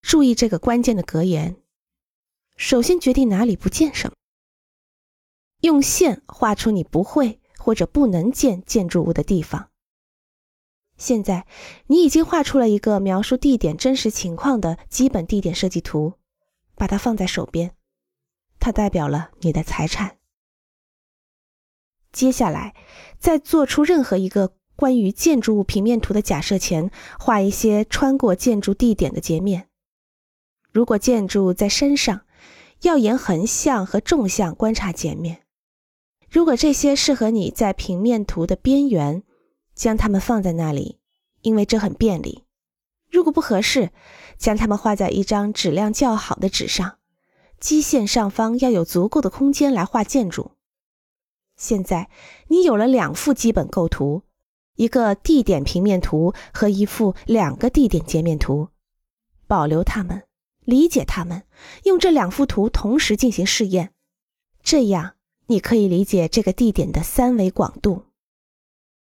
注意这个关键的格言。首先决定哪里不见什么。用线画出你不会或者不能建建筑物的地方。现在你已经画出了一个描述地点真实情况的基本地点设计图，把它放在手边，它代表了你的财产。接下来，在做出任何一个关于建筑物平面图的假设前，画一些穿过建筑地点的截面。如果建筑在山上，要沿横向和纵向观察截面。如果这些适合你在平面图的边缘，将它们放在那里，因为这很便利。如果不合适，将它们画在一张质量较好的纸上，基线上方要有足够的空间来画建筑。现在你有了2幅基本构图，一个地点平面图和一幅2个地点截面图。保留它们，理解它们，用这2幅图同时进行试验，这样你可以理解这个地点的3维广度。